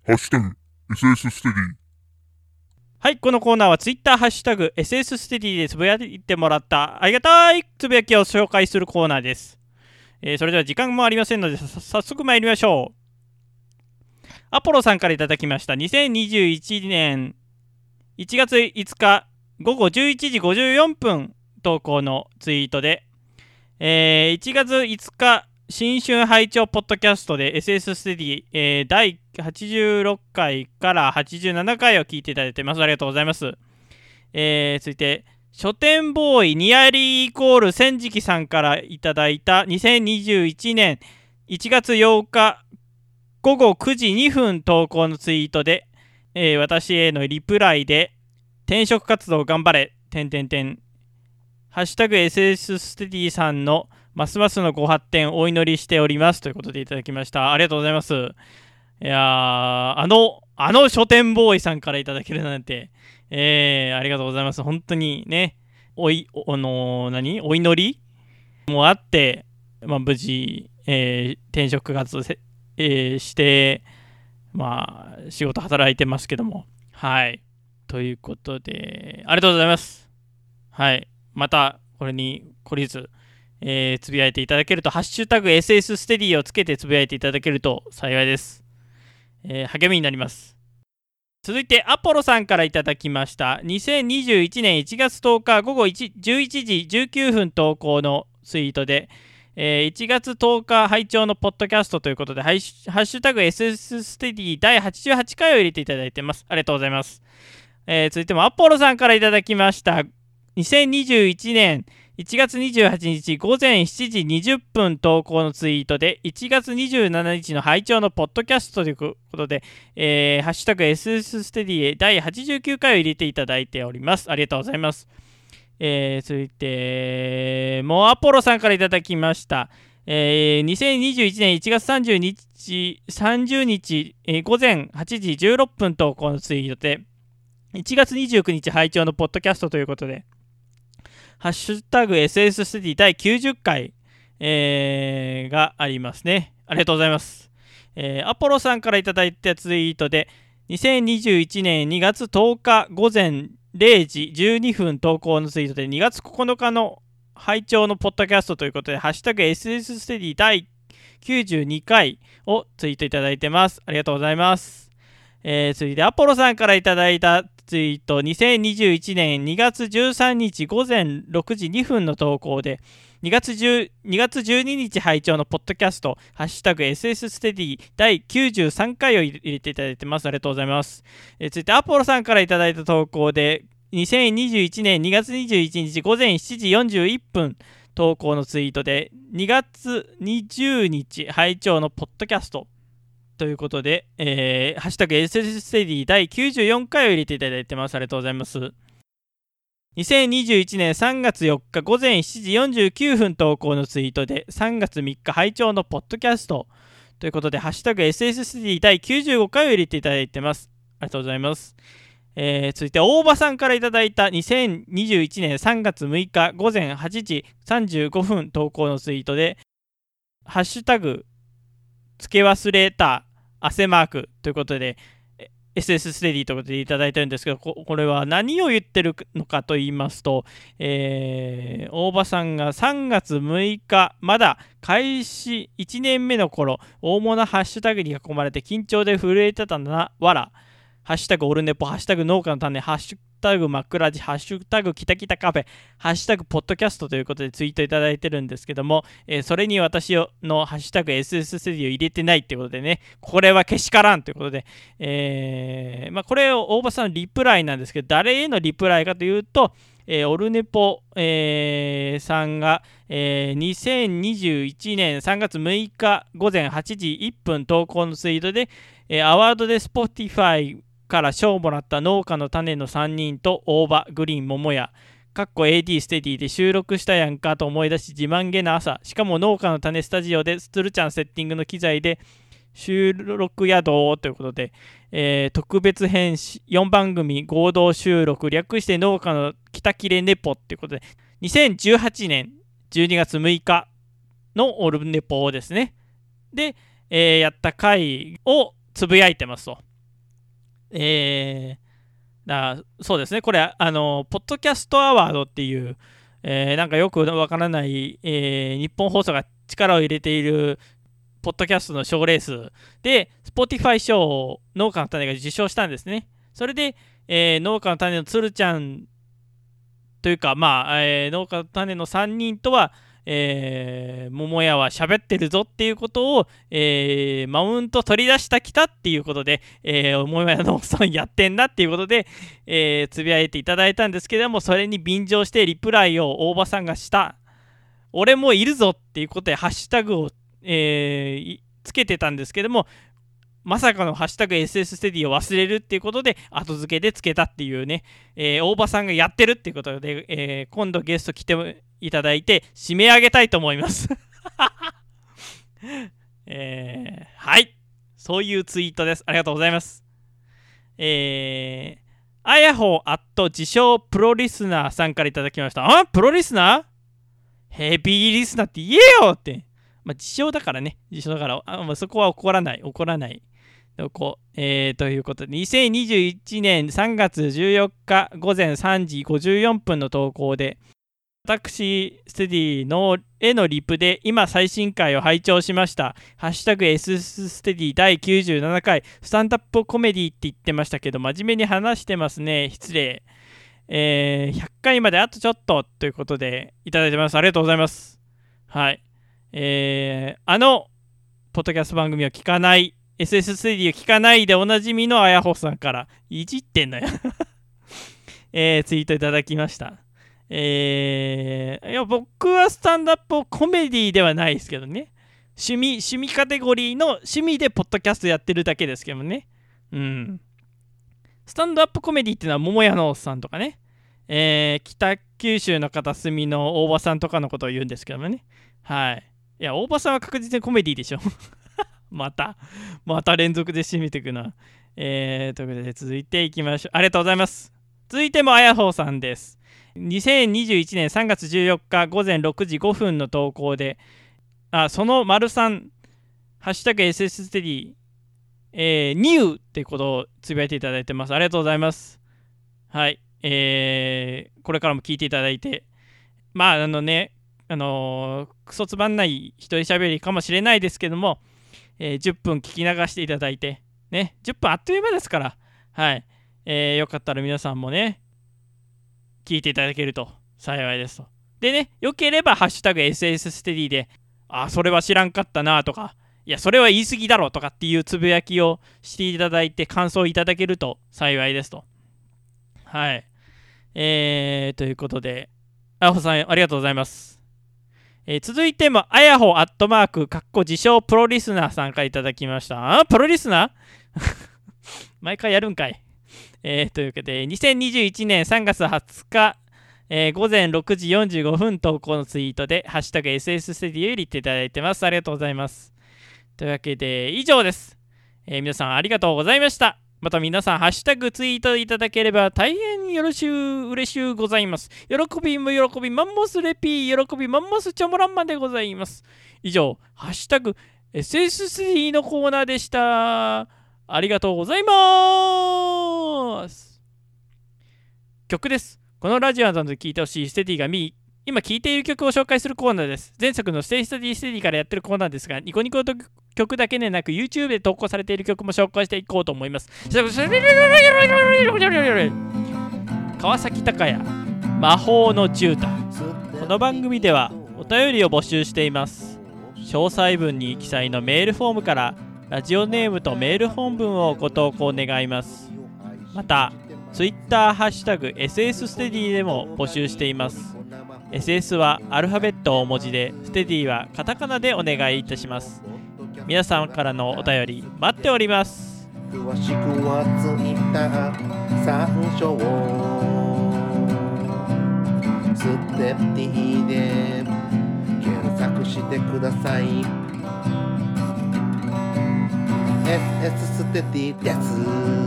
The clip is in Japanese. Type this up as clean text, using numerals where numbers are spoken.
ハッシュタグ SS ステディ。 はい、このコーナーはツイッターハッシュタグ SS ステディでつぶやいてもらったありがたいつぶやきを紹介するコーナーです。それでは時間もありませんので早速参りましょう。アポロさんからいただきました。2021年1月5日午後11時54分投稿のツイートで、1月5日新春拝聴ポッドキャストで SS ステディ、第86回から87回を聞いていただいてます。ありがとうございます。続いて書店ボーイニアリーイコール千時さんからいただいた2021年1月8日午後9時2分投稿のツイートで、私へのリプライで転職活動頑張れハッシュタグ SS ステディさんのますますのご発展お祈りしておりますということでいただきました。ありがとうございます。いやー、あの書店ボーイさんからいただけるなんて、ありがとうございます。本当にね、お祈りもあって、無事、転職活動して、仕事働いてますけども、はい。ということで、ありがとうございます。はい。また、これに懲りず、つぶやいていただけると、ハッシュタグ SS ステディをつけてつぶやいていただけると幸いです。励みになります。続いてアポロさんからいただきました2021年1月10日午後11時19分投稿のツイートで、1月10日拝聴のポッドキャストということでハッシュタグ SS ステディ第88回を入れていただいてます。ありがとうございます。続いてもアポロさんからいただきました2021年1月28日午前7時20分投稿のツイートで1月27日の拝聴のポッドキャストということで、ハッシュタグ SS ステディ第89回を入れていただいております。ありがとうございます。続いてもうアポロさんからいただきました、2021年1月30日、午前8時16分投稿のツイートで1月29日拝聴のポッドキャストということでハッシュタグ SS ステディ第90回、がありますね。ありがとうございます。アポロさんからいただいたツイートで2021年2月10日午前0時12分投稿のツイートで2月9日の拝聴のポッドキャストということでハッシュタグ SS ステディ第92回をツイートいただいてます。ありがとうございます。続いてアポロさんからいただいたツイート2021年2月13日午前6時2分の投稿で2月12日拝聴のポッドキャストハッシュタグ SS ステディ第93回を入れていただいてます。ありがとうございます。続いてアポロさんからいただいた投稿で2021年2月21日午前7時41分投稿のツイートで2月20日拝聴のポッドキャストということで、ハッシュタグ SS ステディ第94回を入れていただいてます。ありがとうございます。2021年3月4日午前7時49分投稿のツイートで3月3日拝聴のポッドキャストということでハッシュタグ SS ステディ第95回を入れていただいてます。ありがとうございます。続いて大場さんからいただいた2021年3月6日午前8時35分投稿のツイートでハッシュタグ付け忘れた汗マークということで SS ステディということでいただいてるんですけど、これは何を言ってるのかと言いますと、大場さんが3月6日まだ開始1年目の頃大物ハッシュタグに囲まれて緊張で震えてたなわらハッシュタグオルネポ、ハッシュタグ農家の種、ハッシュタグマクラジ、ハッシュタグキタキタカフェ、ハッシュタグポッドキャストということでツイートいただいてるんですけども、それに私のハッシュタグ SS ステディを入れてないってことでね、これはけしからんということで、これを大場さんのリプライなんですけど、誰へのリプライかというと、オルネポ、さんが、2021年3月6日午前8時1分投稿のツイートで、アワードで Spotifyから賞をもらった農家の種の3人と大場グリーン桃屋AD ステディで収録したやんかと思い出し自慢げな朝、しかも農家の種スタジオでつるちゃんセッティングの機材で収録宿ということで、特別編4番組合同収録略して農家の北切れネポっていうことで2018年12月6日のオルネポですねで、やった回をつぶやいてますと。 そうですね、これポッドキャストアワードっていう、なんかよくわからない、日本放送が力を入れているポッドキャストの賞レースで Spotify 賞を農家の種が受賞したんですね。それで、農家の種のつるちゃんというか、農家の種の3人とは、桃屋は喋ってるぞっていうことを、マウント取り出したきたっていうことで、桃屋のさんやってんなっていうことで、つぶやいていただいたんですけども、それに便乗してリプライを大場さんがした。俺もいるぞっていうことでハッシュタグを、つけてたんですけども、まさかのハッシュタグ SS ステディを忘れるっていうことで後付けでつけたっていうね、大場さんがやってるっていうことで、今度ゲスト来ていただいて締め上げたいと思いますはい、そういうツイートです。ありがとうございます。あやほ自称プロリスナーさんからいただきました。プロリスナーヘビーリスナーって言えよって。自称だからね。自称だから、そこは怒らない。ということで、2021年3月14日午前3時54分の投稿で、私、ステディのへのリプで、今最新回を拝聴しました。ハッシュタグ SS ステディ第97回、スタンダップコメディって言ってましたけど、真面目に話してますね。失礼。100回まであとちょっとということで、いただいてます。ありがとうございます。はい。ポッドキャスト番組を聞かない、SS ステディを聞かないでおなじみのあやほさんからいじってんのよ、ツイートいただきました。いや僕はスタンダップコメディではないですけどね、趣味カテゴリーの趣味でポッドキャストやってるだけですけどね。スタンドアップコメディっていうのは桃屋のおっさんとかね、北九州の片隅の大場さんとかのことを言うんですけどもね。はい。いや、大場さんは確実にコメディでしょまた連続で締めていくな。ということで続いていきましょう。ありがとうございます。続いてもあやほうさんです。2021年3月14日午前6時5分の投稿で、その丸3ハッシュタグ SS ステディニューってことをつぶやいていただいてます。ありがとうございます。はい。これからも聞いていただいて、クソつまんない一人喋りかもしれないですけども、10分聞き流していただいて、ね、10分あっという間ですから、はい。よかったら皆さんもね、聞いていただけると幸いですと。でね、よければハッシュタグ SS ステディで、それは知らんかったなとか、いや、それは言い過ぎだろとかっていうつぶやきをしていただいて、感想いただけると幸いですと。はい。ということで、あやほさんありがとうございます。続いても、あやほ自称プロリスナーさんからいただきました。プロリスナー毎回やるんかい。というわけで、2021年3月20日、午前6時45分投稿のツイートで、ハッシュタグ SS ステディを入れていただいてます。ありがとうございます。というわけで、以上です。皆さんありがとうございました。また皆さん、ハッシュタグツイートいただければ大変嬉しゅうございます。喜びマンモスレピー、喜びマンモスチョモランマでございます。以上、ハッシュタグ SS3 のコーナーでした。ありがとうございます。曲です。このラジオなどで聴いてほしいステディが今聴いている曲を紹介するコーナーです。前作のステディからやってるコーナーですが、ニコニコと曲だけでなく YouTube で投稿されている曲も紹介していこうと思います。川崎隆也魔法の絨毯。この番組ではお便りを募集しています。詳細文に記載のメールフォームからラジオネームとメール本文をご投稿願います。また Twitter ハッシュタグ SS ステディでも募集しています。SS はアルファベット大文字で、ステディはカタカナでお願いいたします。皆さんからのお便り待っております。 詳しくは Twitter 参照ステディで検索してください。 SS ステディです。